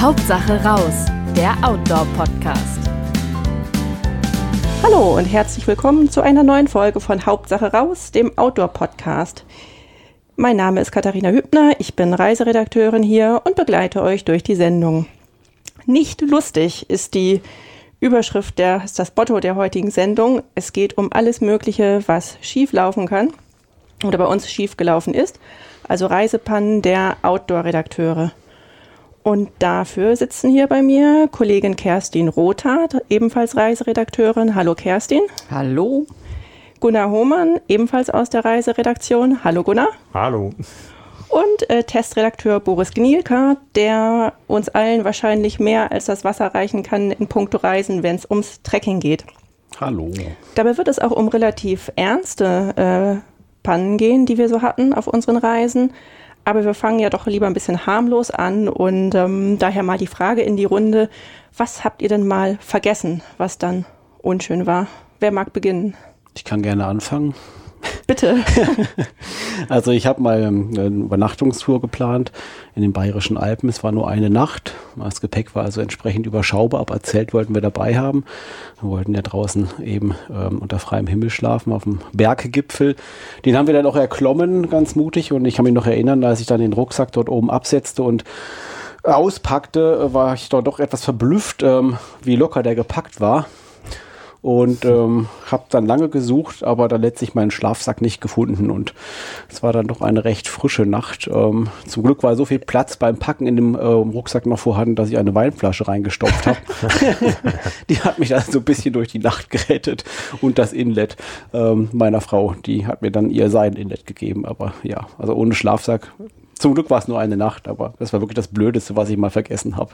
Hauptsache raus, der Outdoor-Podcast. Hallo und herzlich willkommen zu einer neuen Folge von Hauptsache raus, dem Outdoor-Podcast. Mein Name ist Katharina Hübner, ich bin Reiseredakteurin hier und begleite euch durch die Sendung. Nicht lustig ist die Überschrift, ist das Motto der heutigen Sendung. Es geht um alles Mögliche, was schief laufen kann oder bei uns schief gelaufen ist, also Reisepannen der Outdoor-Redakteure. Und dafür sitzen hier bei mir Kollegin Kerstin Rothat, ebenfalls Reiseredakteurin. Hallo Kerstin. Hallo. Gunnar Hohmann, ebenfalls aus der Reiseredaktion. Hallo Gunnar. Hallo. Und Testredakteur Boris Gnielka, der uns allen wahrscheinlich mehr als das Wasser reichen kann in puncto Reisen, wenn es ums Trekking geht. Hallo. Dabei wird es auch um relativ ernste Pannen gehen, die wir so hatten auf unseren Reisen. Aber wir fangen ja doch lieber ein bisschen harmlos an und daher mal die Frage in die Runde, was habt ihr denn mal vergessen, was dann unschön war? Wer mag beginnen? Ich kann gerne anfangen. Bitte. Also ich habe mal eine Übernachtungstour geplant in den Bayerischen Alpen. Es war nur eine Nacht. Das Gepäck war also entsprechend überschaubar, aber Zelt wollten wir dabei haben. Wir wollten ja draußen eben unter freiem Himmel schlafen auf dem Berggipfel. Den haben wir dann auch erklommen, ganz mutig. Und ich kann mich noch erinnern, als ich dann den Rucksack dort oben absetzte und auspackte, war ich dort doch etwas verblüfft, wie locker der gepackt war. Und habe dann lange gesucht, aber dann letztlich meinen Schlafsack nicht gefunden. Und es war dann doch eine recht frische Nacht. Zum Glück war so viel Platz beim Packen in dem Rucksack noch vorhanden, dass ich eine Weinflasche reingestopft habe. Die hat mich dann so ein bisschen durch die Nacht gerettet. Und das Inlet meiner Frau, die hat mir dann ihr Seiden-Inlet gegeben. Aber ja, also ohne Schlafsack. Zum Glück war es nur eine Nacht, aber das war wirklich das Blödeste, was ich mal vergessen habe.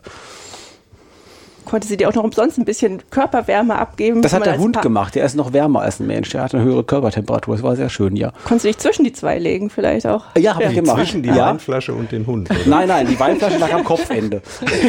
Konnte sie dir auch noch umsonst ein bisschen Körperwärme abgeben? Das hat der Hund gemacht. Der ist noch wärmer als ein Mensch. Der hat eine höhere Körpertemperatur. Das war sehr schön, ja. Konntest du dich zwischen die zwei legen vielleicht auch? Ja, habe ich gemacht. Zwischen die Weinflasche und den Hund? Oder? Nein, die Weinflasche lag am Kopfende.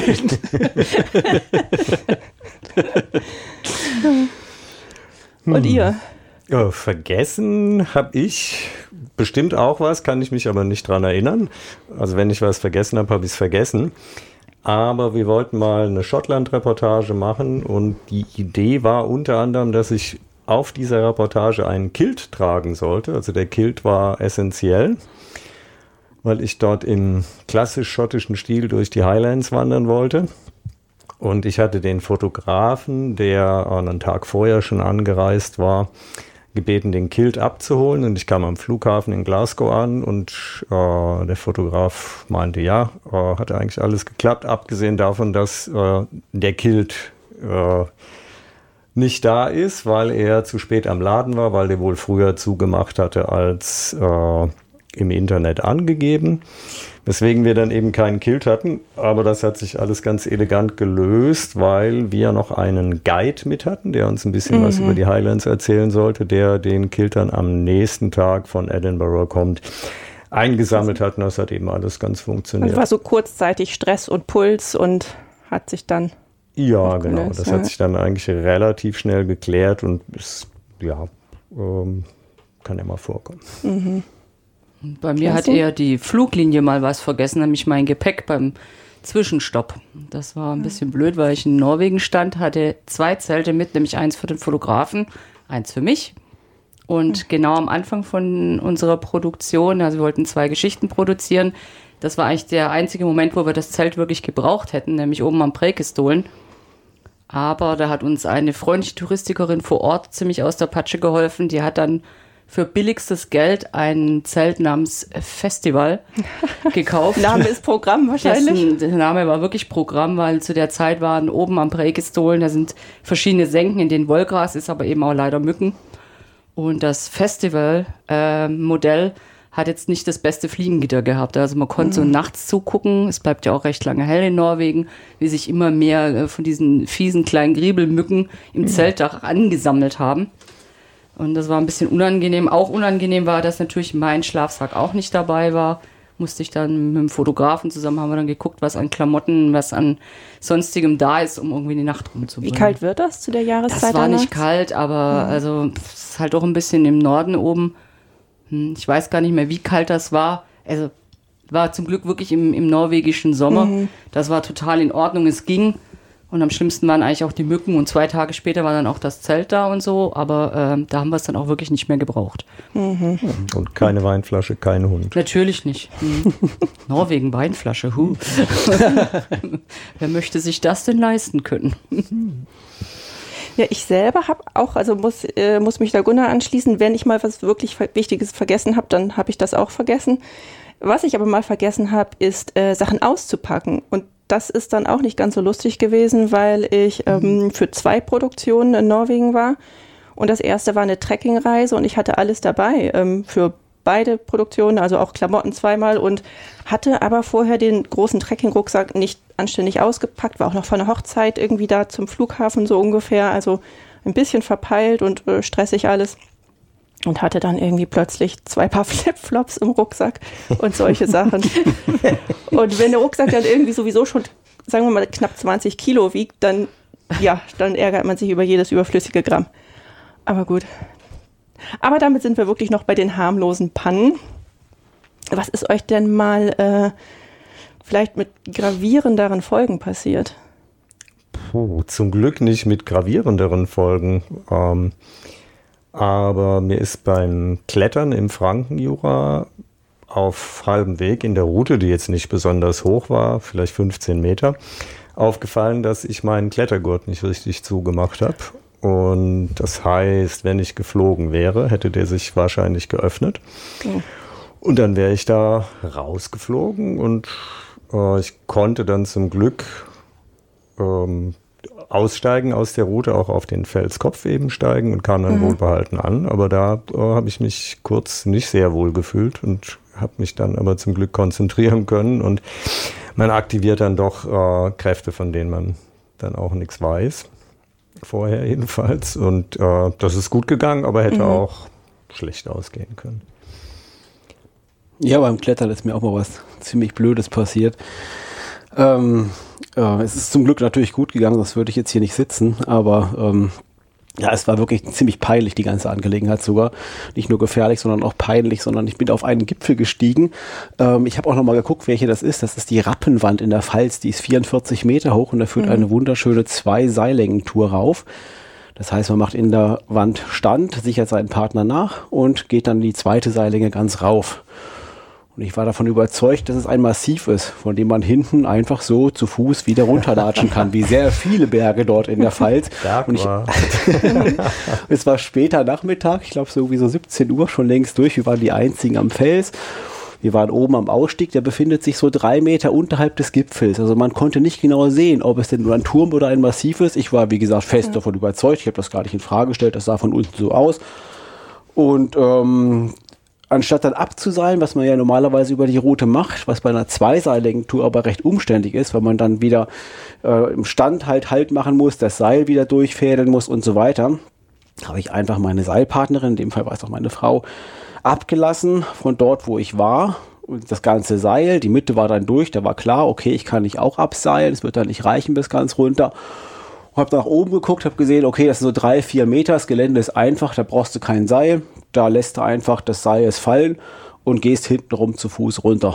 Und ihr? Ja, vergessen habe ich bestimmt auch was, kann ich mich aber nicht dran erinnern. Also wenn ich was vergessen habe, habe ich es vergessen. Aber wir wollten mal eine Schottland-Reportage machen und die Idee war unter anderem, dass ich auf dieser Reportage einen Kilt tragen sollte. Also der Kilt war essentiell, weil ich dort im klassisch schottischen Stil durch die Highlands wandern wollte. Und ich hatte den Fotografen, der einen Tag vorher schon angereist war, gebeten, den Kilt abzuholen, und ich kam am Flughafen in Glasgow an und der Fotograf meinte, ja, hat eigentlich alles geklappt, abgesehen davon, dass der Kilt nicht da ist, weil er zu spät am Laden war, weil der wohl früher zugemacht hatte als im Internet angegeben, weswegen wir dann eben keinen Kilt hatten, aber das hat sich alles ganz elegant gelöst, weil wir noch einen Guide mit hatten, der uns ein bisschen was über die Highlands erzählen sollte, der den Kilt dann am nächsten Tag von Edinburgh kommt, eingesammelt hat, und das hat eben alles ganz funktioniert. Also war so kurzzeitig Stress und Puls und hat sich dann... Ja, genau, das hat sich dann eigentlich relativ schnell geklärt und ist, ja, kann ja mal vorkommen. Mhm. Bei mir hat eher die Fluglinie mal was vergessen, nämlich mein Gepäck beim Zwischenstopp. Das war ein bisschen blöd, weil ich in Norwegen stand, hatte 2 Zelte mit, nämlich eins für den Fotografen, eins für mich. Und genau am Anfang von unserer Produktion, also wir wollten 2 Geschichten produzieren, das war eigentlich der einzige Moment, wo wir das Zelt wirklich gebraucht hätten, nämlich oben am Präkestolen. Aber da hat uns eine freundliche Touristikerin vor Ort ziemlich aus der Patsche geholfen. Die hat dann für billigstes Geld ein Zelt namens Festival gekauft. Name ist Programm wahrscheinlich. Der Name war wirklich Programm, weil zu der Zeit waren oben am Präkestolen, da sind verschiedene Senken, in denen Wollgras ist, aber eben auch leider Mücken. Und das Festival-Modell hat jetzt nicht das beste Fliegengitter gehabt. Also man konnte so nachts zugucken, es bleibt ja auch recht lange hell in Norwegen, wie sich immer mehr von diesen fiesen kleinen Griebelmücken im Zeltdach angesammelt haben. Und das war ein bisschen unangenehm. Auch unangenehm war, dass natürlich mein Schlafsack auch nicht dabei war. Musste ich dann mit dem Fotografen zusammen, haben wir dann geguckt, was an Klamotten, was an sonstigem da ist, um irgendwie die Nacht rumzubringen. Wie kalt wird das zu der Jahreszeit? Das war nicht kalt, aber also es ist halt auch ein bisschen im Norden oben. Ich weiß gar nicht mehr, wie kalt das war. Also War zum Glück wirklich im norwegischen Sommer. Das war total in Ordnung, es ging. Und am schlimmsten waren eigentlich auch die Mücken. Und 2 Tage später war dann auch das Zelt da und so. Aber da haben wir es dann auch wirklich nicht mehr gebraucht. Und keine Weinflasche, kein Hund. Natürlich nicht. Norwegen, Weinflasche, Wer möchte sich das denn leisten können? Ja, ich selber habe auch, also muss mich da Gunnar anschließen, wenn ich mal was wirklich Wichtiges vergessen habe, dann habe ich das auch vergessen. Was ich aber mal vergessen habe, ist Sachen auszupacken. Und das ist dann auch nicht ganz so lustig gewesen, weil ich für 2 Produktionen in Norwegen war. Und das erste war eine Trekkingreise und ich hatte alles dabei für beide Produktionen, also auch Klamotten zweimal, und hatte aber vorher den großen Trekkingrucksack nicht anständig ausgepackt, war auch noch von der Hochzeit irgendwie da zum Flughafen so ungefähr, also ein bisschen verpeilt und stressig alles. Und hatte dann irgendwie plötzlich 2 Paar Flipflops im Rucksack und solche Sachen. Und wenn der Rucksack dann irgendwie sowieso schon, sagen wir mal, knapp 20 Kilo wiegt, dann ärgert man sich über jedes überflüssige Gramm. Aber gut. Aber damit sind wir wirklich noch bei den harmlosen Pannen. Was ist euch denn mal vielleicht mit gravierenderen Folgen passiert? Zum Glück nicht mit gravierenderen Folgen. Aber mir ist beim Klettern im Frankenjura auf halbem Weg in der Route, die jetzt nicht besonders hoch war, vielleicht 15 Meter, aufgefallen, dass ich meinen Klettergurt nicht richtig zugemacht habe. Und das heißt, wenn ich geflogen wäre, hätte der sich wahrscheinlich geöffnet. Oh. Und dann wäre ich da rausgeflogen und ich konnte dann zum Glück aussteigen aus der Route, auch auf den Felskopf eben steigen und kam dann wohlbehalten an. Aber da habe ich mich kurz nicht sehr wohl gefühlt und habe mich dann aber zum Glück konzentrieren können. Und man aktiviert dann doch Kräfte, von denen man dann auch nichts weiß. Vorher jedenfalls. Und das ist gut gegangen, aber hätte auch schlecht ausgehen können. Ja, beim Klettern ist mir auch mal was ziemlich Blödes passiert. Es ist zum Glück natürlich gut gegangen, sonst würde ich jetzt hier nicht sitzen, aber es war wirklich ziemlich peinlich, die ganze Angelegenheit sogar. Nicht nur gefährlich, sondern auch peinlich, sondern ich bin auf einen Gipfel gestiegen. Ich habe auch nochmal geguckt, welche das ist. Das ist die Rappenwand in der Pfalz, die ist 44 Meter hoch und da führt eine wunderschöne 2-Seillängen-Tour rauf. Das heißt, man macht in der Wand Stand, sichert seinen Partner nach und geht dann die 2. Seillänge ganz rauf. Und ich war davon überzeugt, dass es ein Massiv ist, von dem man hinten einfach so zu Fuß wieder runterlatschen kann, wie sehr viele Berge dort in der Pfalz. Und es war später Nachmittag, ich glaube so 17 Uhr, schon längst durch. Wir waren die Einzigen am Fels. Wir waren oben am Ausstieg, der befindet sich so 3 Meter unterhalb des Gipfels. Also man konnte nicht genau sehen, ob es denn nur ein Turm oder ein Massiv ist. Ich war, wie gesagt, fest davon überzeugt. Ich habe das gar nicht in Frage gestellt, das sah von unten so aus. Und anstatt dann abzuseilen, was man ja normalerweise über die Route macht, was bei einer 2-Seillängen-Tour aber recht umständlich ist, weil man dann wieder im Stand halt machen muss, das Seil wieder durchfädeln muss und so weiter, habe ich einfach meine Seilpartnerin, in dem Fall war es auch meine Frau, abgelassen von dort, wo ich war. Und das ganze Seil, die Mitte war dann durch, da war klar, okay, ich kann nicht auch abseilen, es wird dann nicht reichen bis ganz runter. Habe nach oben geguckt, habe gesehen, okay, das sind so 3-4 Meter, das Gelände ist einfach, da brauchst du kein Seil, da lässt du einfach das Seil fallen und gehst hintenrum zu Fuß runter.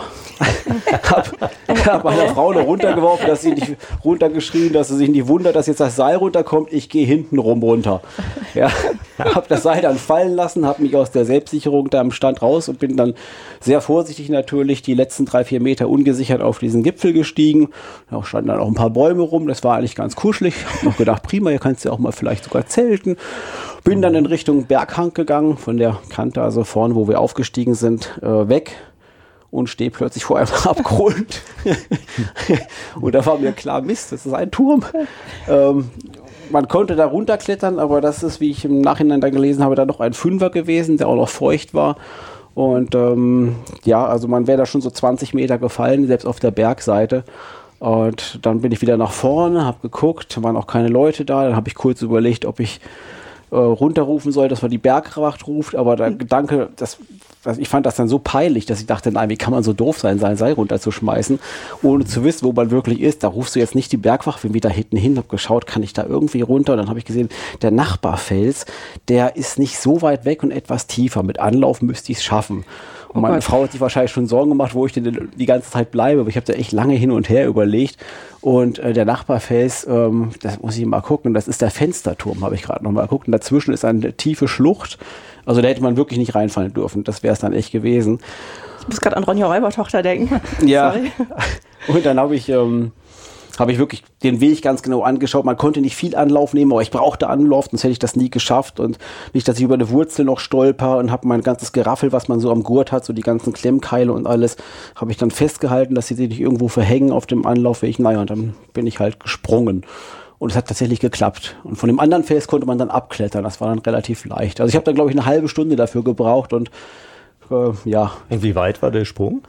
Hab meiner Frau noch runtergeworfen, dass sie nicht runtergeschrien, dass sie sich nicht wundert, dass jetzt das Seil runterkommt, ich gehe hintenrum runter. Ja, habe das Seil dann fallen lassen, habe mich aus der Selbstsicherung da am Stand raus und bin dann sehr vorsichtig natürlich die letzten 3-4 Meter ungesichert auf diesen Gipfel gestiegen. Da standen dann auch ein paar Bäume rum, das war eigentlich ganz kuschelig. Hab noch gedacht, prima, hier kannst du ja auch mal vielleicht sogar zelten. Bin dann in Richtung Berghang gegangen, von der Kante, also vorne, wo wir aufgestiegen sind, weg und stehe plötzlich vor einem Abgrund. Und da war mir klar, Mist, das ist ein Turm. Man konnte da runterklettern, aber das ist, wie ich im Nachhinein dann gelesen habe, dann noch ein 5er gewesen, der auch noch feucht war. Und also man wäre da schon so 20 Meter gefallen, selbst auf der Bergseite. Und dann bin ich wieder nach vorne, habe geguckt, waren auch keine Leute da. Dann habe ich kurz überlegt, ob ich runterrufen soll, dass man die Bergwacht ruft, aber der Gedanke, ich fand das dann so peinlich, dass ich dachte, nein, wie kann man so doof sein, sein Seil runterzuschmeißen, ohne zu wissen, wo man wirklich ist. Da rufst du jetzt nicht die Bergwacht, bin wieder hinten hin, habe geschaut, kann ich da irgendwie runter? Und dann habe ich gesehen, der Nachbarfels, der ist nicht so weit weg und etwas tiefer. Mit Anlauf müsste ich es schaffen. Und meine Frau hat sich wahrscheinlich schon Sorgen gemacht, wo ich denn die ganze Zeit bleibe. Aber ich habe da echt lange hin und her überlegt. Und der Nachbarfels, das muss ich mal gucken, das ist der Fensterturm, habe ich gerade noch mal geguckt. Und dazwischen ist eine tiefe Schlucht. Also da hätte man wirklich nicht reinfallen dürfen. Das wäre es dann echt gewesen. Ich muss gerade an Ronja Räubertochter denken. Ja. Sorry. Und dann habe ich wirklich den Weg ganz genau angeschaut. Man konnte nicht viel Anlauf nehmen, aber ich brauchte Anlauf, sonst hätte ich das nie geschafft. Und nicht, dass ich über eine Wurzel noch stolper und habe mein ganzes Geraffel, was man so am Gurt hat, so die ganzen Klemmkeile und alles, habe ich dann festgehalten, dass sie sich nicht irgendwo verhängen auf dem Anlaufweg. Naja, und dann bin ich halt gesprungen. Und es hat tatsächlich geklappt. Und von dem anderen Fels konnte man dann abklettern. Das war dann relativ leicht. Also ich habe dann, glaube ich, eine halbe Stunde dafür gebraucht und ja. Und wie weit war der Sprung?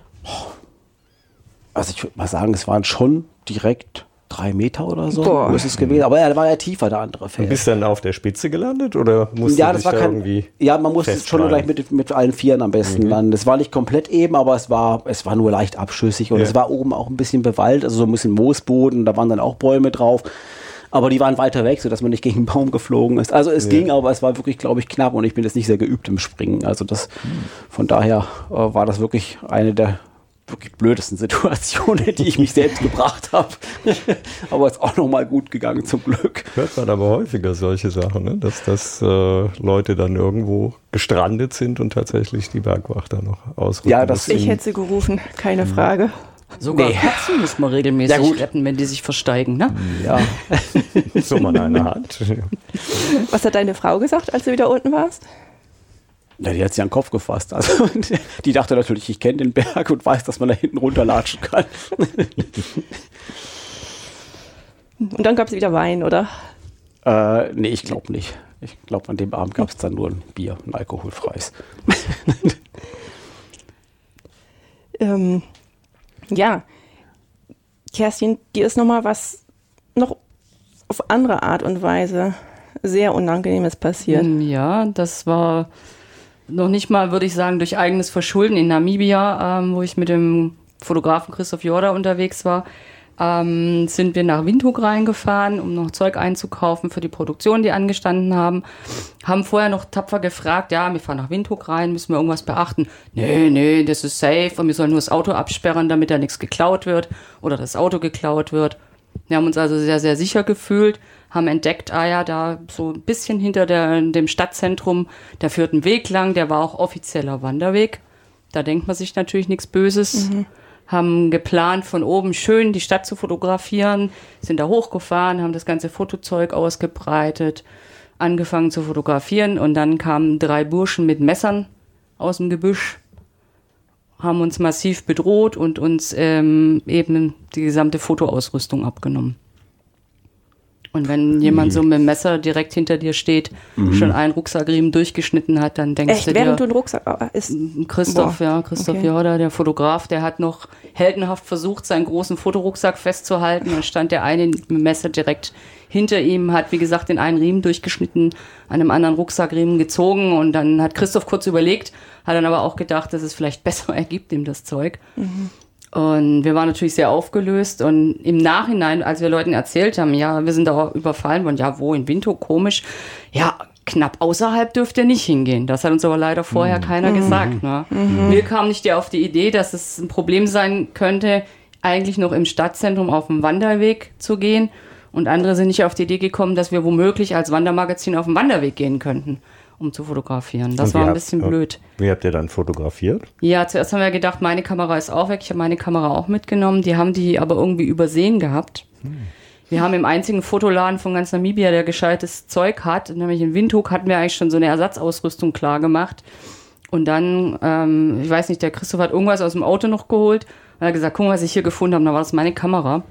Also ich würde mal sagen, es waren schon direkt 3 Meter oder so. Boah. Ist es gewesen. Aber er war ja tiefer, der andere Fels. Und bist du dann auf der Spitze gelandet oder musst du dich da irgendwie ja, man musste schon gleich mit allen Vieren am besten landen. Es war nicht komplett eben, aber es war nur leicht abschüssig und es war oben auch ein bisschen bewaldet, also so ein bisschen Moosboden, da waren dann auch Bäume drauf. Aber die waren weiter weg, sodass man nicht gegen einen Baum geflogen ist. Also es ging, aber es war wirklich, glaube ich, knapp und ich bin jetzt nicht sehr geübt im Springen. Also von daher war das wirklich eine der wirklich blödesten Situationen, die ich mich selbst gebracht habe. Aber es ist auch nochmal gut gegangen, zum Glück. Hört man aber häufiger solche Sachen, ne? Dass Leute dann irgendwo gestrandet sind und tatsächlich die Bergwacht dann noch ausrücken. Ja, Ich hätte sie gerufen, keine Frage. Sogar Katzen muss man regelmäßig retten, wenn die sich versteigen, ne? Ja. So man eine hat. Was hat deine Frau gesagt, als du wieder unten warst? Ja, die hat sich an den Kopf gefasst. Also, die dachte natürlich, ich kenne den Berg und weiß, dass man da hinten runterlatschen kann. Und dann gab es wieder Wein, oder? Nee, ich glaube nicht. Ich glaube, an dem Abend gab es dann nur ein Bier, ein alkoholfreies. Ja, Kerstin, dir ist noch auf andere Art und Weise sehr Unangenehmes passiert. Ja, das war noch nicht mal, würde ich sagen, durch eigenes Verschulden in Namibia, wo ich mit dem Fotografen Christoph Jorda unterwegs war, sind wir nach Windhoek reingefahren, um noch Zeug einzukaufen für die Produktion, die angestanden haben. Haben vorher noch tapfer gefragt, ja, wir fahren nach Windhoek rein, müssen wir irgendwas beachten? Nee, das ist safe und wir sollen nur das Auto absperren, damit da nichts geklaut wird oder das Auto geklaut wird. Wir haben uns also sehr, sehr sicher gefühlt, haben entdeckt, da so ein bisschen hinter dem Stadtzentrum, da führt ein Weg lang, der war auch offizieller Wanderweg. Da denkt man sich natürlich nichts Böses. Haben geplant, von oben schön die Stadt zu fotografieren, sind da hochgefahren, haben das ganze Fotozeug ausgebreitet, angefangen zu fotografieren und dann kamen 3 Burschen mit Messern aus dem Gebüsch, haben uns massiv bedroht und uns eben die gesamte Fotoausrüstung abgenommen. Und wenn jemand so mit dem Messer direkt hinter dir steht, schon einen Rucksackriemen durchgeschnitten hat, dann denkst du dir... während du einen Rucksack isst? Christoph Jorda, der Fotograf, der hat noch heldenhaft versucht, seinen großen Fotorucksack festzuhalten. Dann stand der eine mit dem Messer direkt hinter ihm, hat, wie gesagt, den einen Riemen durchgeschnitten, an einem anderen Rucksackriemen gezogen. Und dann hat Christoph kurz überlegt, hat dann aber auch gedacht, dass es vielleicht besser ergibt, ihm das Zeug. Und wir waren natürlich sehr aufgelöst und im Nachhinein, als wir Leuten erzählt haben, ja, wir sind da überfallen worden, ja, wo, in Windhoek, komisch, ja, knapp außerhalb dürft ihr nicht hingehen. Das hat uns aber leider vorher keiner gesagt. Ne? Wir kamen nicht auf die Idee, dass es ein Problem sein könnte, eigentlich noch im Stadtzentrum auf dem Wanderweg zu gehen und andere sind nicht auf die Idee gekommen, dass wir womöglich als Wandermagazin auf dem Wanderweg gehen könnten, um zu fotografieren. Das war ein bisschen blöd. Wie habt ihr dann fotografiert? Ja, zuerst haben wir gedacht, meine Kamera ist auch weg. Ich habe meine Kamera auch mitgenommen. Die haben die aber irgendwie übersehen gehabt. Wir haben im einzigen Fotoladen von ganz Namibia, der gescheites Zeug hat, nämlich in Windhoek, hatten wir eigentlich schon so eine Ersatzausrüstung klar gemacht. Und dann, ich weiß nicht, der Christoph hat irgendwas aus dem Auto noch geholt. Und er hat gesagt, guck mal, was ich hier gefunden habe. Dann war das meine Kamera.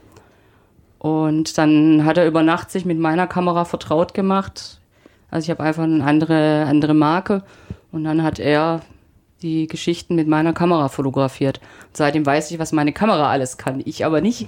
Und dann hat er über Nacht sich mit meiner Kamera vertraut gemacht. Also ich habe einfach eine andere Marke und dann hat er die Geschichten mit meiner Kamera fotografiert. Und seitdem weiß ich, was meine Kamera alles kann, ich aber nicht.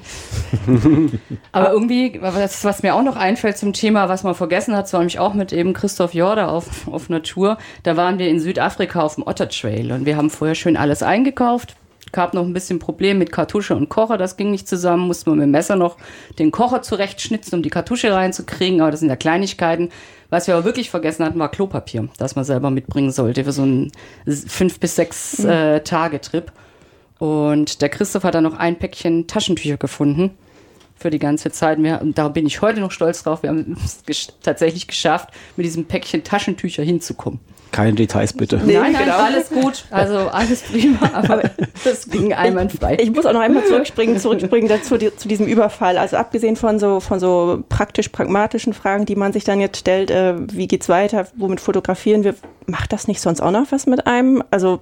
Aber irgendwie, was mir auch noch einfällt zum Thema, was man vergessen hat, war nämlich auch mit eben Christoph Jorda auf Natur. Da waren wir in Südafrika auf dem Otter Trail und wir haben vorher schön alles eingekauft, gab noch ein bisschen Problem mit Kartusche und Kocher, das ging nicht zusammen, mussten wir mit dem Messer noch den Kocher zurechtschnitzen, um die Kartusche reinzukriegen, aber das sind ja Kleinigkeiten. Was wir aber wirklich vergessen hatten, war Klopapier, das man selber mitbringen sollte für so einen 5 bis 6 Tage-Trip. Und der Christoph hat dann noch ein Päckchen Taschentücher gefunden für die ganze Zeit. Da bin ich heute noch stolz drauf, wir haben es tatsächlich geschafft, mit diesem Päckchen Taschentücher hinzukommen. Keine Details bitte. Nein, alles gut. Also alles prima, aber das ging einwandfrei. Ich muss auch noch einmal zurückspringen dazu, zu diesem Überfall. Also abgesehen von so praktisch-pragmatischen Fragen, die man sich dann jetzt stellt, wie geht's weiter, womit fotografieren wir, macht das nicht sonst auch noch was mit einem? Also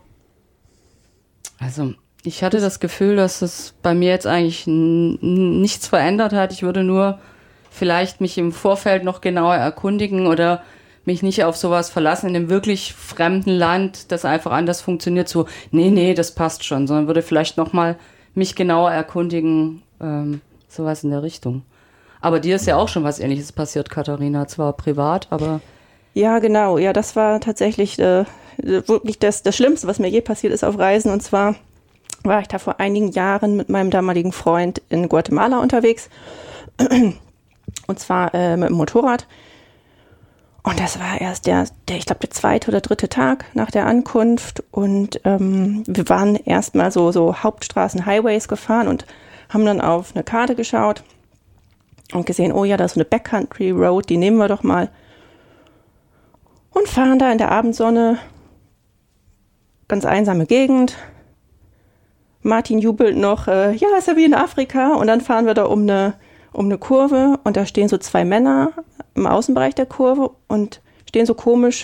ich hatte das Gefühl, dass es bei mir jetzt eigentlich nichts verändert hat. Ich würde nur vielleicht mich im Vorfeld noch genauer erkundigen oder mich nicht auf sowas verlassen in einem wirklich fremden Land, das einfach anders funktioniert, so, nee, das passt schon, sondern würde vielleicht nochmal mich genauer erkundigen, sowas in der Richtung. Aber dir ist ja auch schon was Ähnliches passiert, Katharina, zwar privat, aber... Ja, genau, ja, das war tatsächlich wirklich das Schlimmste, was mir je passiert ist auf Reisen, und zwar war ich da vor einigen Jahren mit meinem damaligen Freund in Guatemala unterwegs, und zwar mit dem Motorrad. Und das war erst der 2. oder 3. Tag nach der Ankunft. Und wir waren erstmal so Hauptstraßen, Highways gefahren und haben dann auf eine Karte geschaut und gesehen, oh ja, da ist so eine Backcountry Road, die nehmen wir doch mal. Und fahren da in der Abendsonne, ganz einsame Gegend. Martin jubelt noch, ja, ist ja wie in Afrika. Und dann fahren wir da um eine Kurve und da stehen so 2 Männer im Außenbereich der Kurve und stehen so komisch,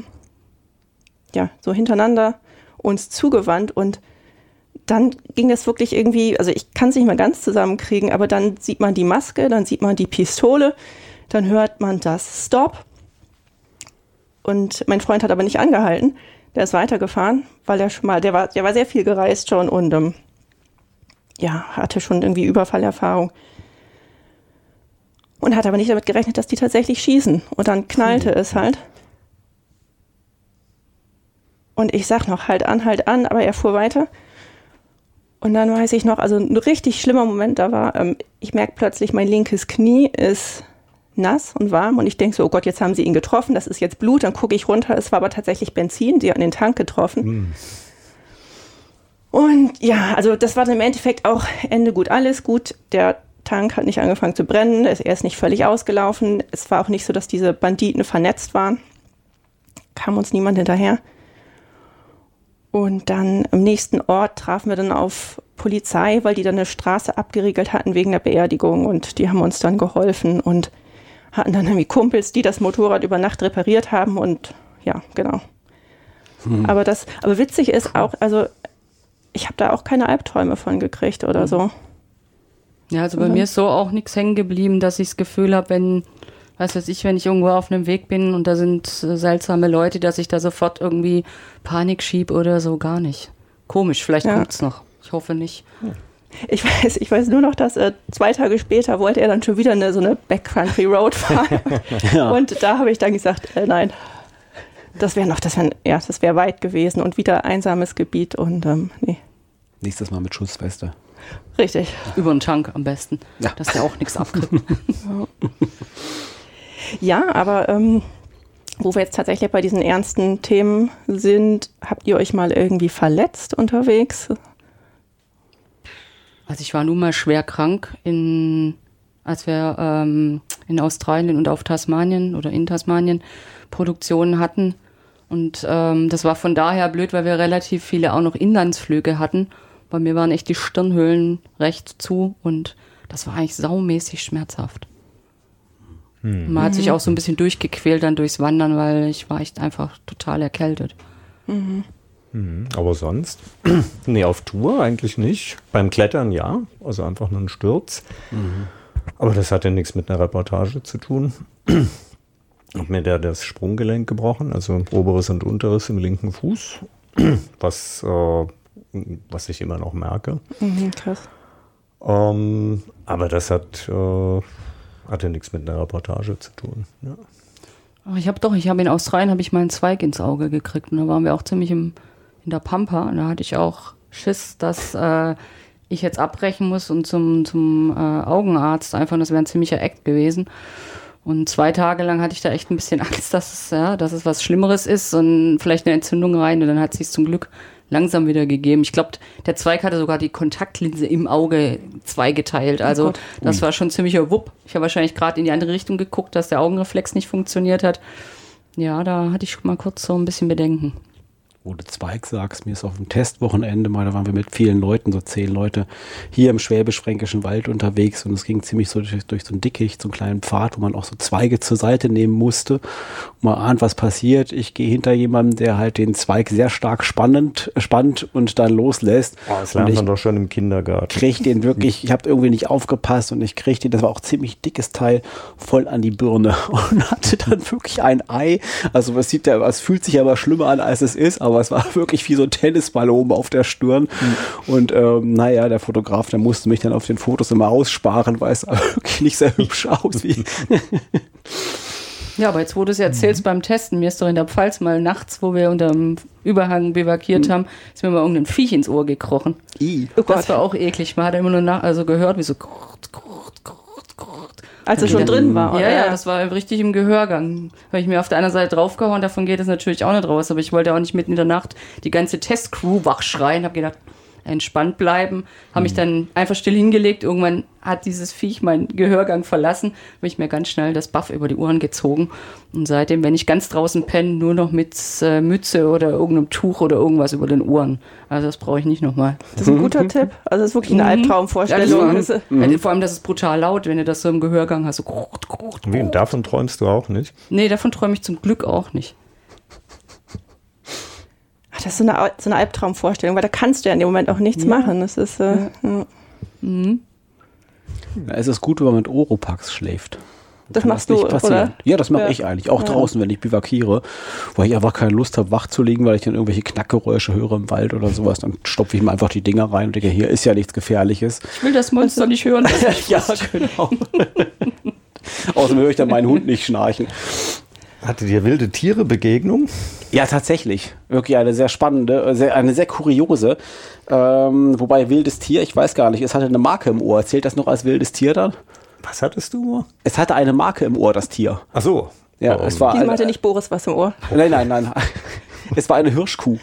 so hintereinander uns zugewandt, und dann ging das wirklich irgendwie, also ich kann es nicht mal ganz zusammenkriegen, aber dann sieht man die Maske, dann sieht man die Pistole, dann hört man das Stop, und mein Freund hat aber nicht angehalten, der ist weitergefahren, weil er schon mal, der war sehr viel gereist schon und hatte schon irgendwie Überfallerfahrung. Und hat aber nicht damit gerechnet, dass die tatsächlich schießen. Und dann knallte es halt. Und ich sag noch, halt an, aber er fuhr weiter. Und dann weiß ich noch, also ein richtig schlimmer Moment da war, ich merke plötzlich, mein linkes Knie ist nass und warm. Und ich denke so, oh Gott, jetzt haben sie ihn getroffen, das ist jetzt Blut. Dann gucke ich runter, es war aber tatsächlich Benzin, die an den Tank getroffen. Und ja, also das war dann im Endeffekt auch Ende gut, alles gut. Der Tank hat nicht angefangen zu brennen, er ist nicht völlig ausgelaufen. Es war auch nicht so, dass diese Banditen vernetzt waren. Kam uns niemand hinterher. Und dann am nächsten Ort trafen wir dann auf Polizei, weil die dann eine Straße abgeriegelt hatten wegen der Beerdigung. Und die haben uns dann geholfen und hatten dann irgendwie Kumpels, die das Motorrad über Nacht repariert haben. Und ja, genau. Aber witzig ist auch, also ich habe da auch keine Albträume von gekriegt oder so. Ja, also bei mir ist so auch nichts hängen geblieben, dass ich das Gefühl habe, wenn ich irgendwo auf einem Weg bin und da sind seltsame Leute, dass ich da sofort irgendwie Panik schiebe oder so, gar nicht. Komisch, vielleicht kommt's noch. Ich hoffe nicht. Ich weiß nur noch, dass 2 Tage später wollte er dann schon wieder so eine Backcountry Road fahren. Ja. Und da habe ich dann gesagt, nein, das wäre weit gewesen und wieder einsames Gebiet und nee. Nächstes Mal mit Schussweste. Richtig. Über den Tank am besten, dass der auch nichts abkriegt. Ja, aber wo wir jetzt tatsächlich bei diesen ernsten Themen sind, habt ihr euch mal irgendwie verletzt unterwegs? Also ich war nun mal schwer krank, als wir in Australien und auf Tasmanien oder in Tasmanien Produktionen hatten. Und das war von daher blöd, weil wir relativ viele auch noch Inlandsflüge hatten. Bei mir waren echt die Stirnhöhlen recht zu und das war eigentlich saumäßig schmerzhaft. Man hat sich auch so ein bisschen durchgequält dann durchs Wandern, weil ich war echt einfach total erkältet. Aber sonst? Nee, auf Tour eigentlich nicht. Beim Klettern ja, also einfach nur ein Sturz. Aber das hat ja nichts mit einer Reportage zu tun. Hab mir das Sprunggelenk gebrochen, also oberes und unteres im linken Fuß, was ich immer noch merke. Krass. Aber das hatte nichts mit einer Reportage zu tun. Ja. Aber ich habe in Australien mal einen Zweig ins Auge gekriegt und da waren wir auch ziemlich in der Pampa und da hatte ich auch Schiss, dass ich jetzt abbrechen muss und zum Augenarzt. Einfach, das wäre ein ziemlicher Act gewesen. Und 2 Tage lang hatte ich da echt ein bisschen Angst, dass es was Schlimmeres ist und vielleicht eine Entzündung rein. Und dann hat es sich zum Glück langsam wieder gegeben. Ich glaube, der Zweig hatte sogar die Kontaktlinse im Auge zweigeteilt. Also das war schon ziemlicher Wupp. Ich habe wahrscheinlich gerade in die andere Richtung geguckt, dass der Augenreflex nicht funktioniert hat. Ja, da hatte ich mal kurz so ein bisschen Bedenken. Wo du Zweig sagst, mir ist auf dem Testwochenende mal, da waren wir mit vielen Leuten, so 10 Leute, hier im Schwäbisch-Fränkischen Wald unterwegs und es ging ziemlich so durch so ein Dickicht, so einen kleinen Pfad, wo man auch so Zweige zur Seite nehmen musste. Und man ahnt, was passiert. Ich gehe hinter jemandem, der halt den Zweig sehr stark spannt und dann loslässt. Oh, das lernt man doch schon im Kindergarten. Krieg den wirklich, ich habe irgendwie nicht aufgepasst und ich krieg den, das war auch ziemlich dickes Teil, voll an die Birne und hatte dann wirklich ein Ei. Also es fühlt sich aber schlimmer an, als es ist, aber es war wirklich wie so ein Tennisball oben auf der Stirn. Und der Fotograf, der musste mich dann auf den Fotos immer aussparen, weil es wirklich nicht sehr hübsch aussieht. Ja, aber jetzt, wo du es erzählst beim Testen, mir ist doch in der Pfalz mal nachts, wo wir unterm Überhang bivakiert haben, ist mir mal irgendein Viech ins Ohr gekrochen. Oh Gott. Das war auch eklig. Man hat immer nur gehört, wie so als es schon drin war, oder? Ja, das war richtig im Gehörgang. Habe ich mir auf der anderen Seite draufgehauen, davon geht es natürlich auch nicht raus, aber ich wollte auch nicht mitten in der Nacht die ganze Testcrew wachschreien, habe gedacht, entspannt bleiben, habe mich dann einfach still hingelegt, irgendwann hat dieses Viech meinen Gehörgang verlassen, habe ich mir ganz schnell das Buff über die Ohren gezogen und seitdem, wenn ich ganz draußen penne, nur noch mit Mütze oder irgendeinem Tuch oder irgendwas über den Ohren. Also das brauche ich nicht nochmal. Das ist ein guter Tipp. Also das ist wirklich eine Albtraumvorstellung. Vor allem, das ist brutal laut, wenn du das so im Gehörgang hast. So Wie, und davon träumst du auch nicht? Nee, davon träume ich zum Glück auch nicht. Das ist so eine Albtraumvorstellung, weil da kannst du ja in dem Moment auch nichts machen. Das ist, Es ist gut, wenn man mit Oropax schläft. Das machst du, oder? Ja, das mache ich eigentlich. Auch draußen, wenn ich bivakiere, weil ich einfach keine Lust habe, wach zu liegen, weil ich dann irgendwelche Knackgeräusche höre im Wald oder sowas. Dann stopfe ich mir einfach die Dinger rein und denke, hier ist ja nichts Gefährliches. Ich will das Monster nicht hören. Ja, genau. Außerdem höre ich dann meinen Hund nicht schnarchen. Hattet ihr wilde Tiere-Begegnung? Ja, tatsächlich. Wirklich eine sehr spannende, eine sehr kuriose. Wobei wildes Tier, ich weiß gar nicht, es hatte eine Marke im Ohr. Zählt das noch als wildes Tier dann? Was hattest du? Es hatte eine Marke im Ohr, das Tier. Ach so. Ja, es war Diesmal hatte nicht Boris was im Ohr. Nein. Es war eine Hirschkuh,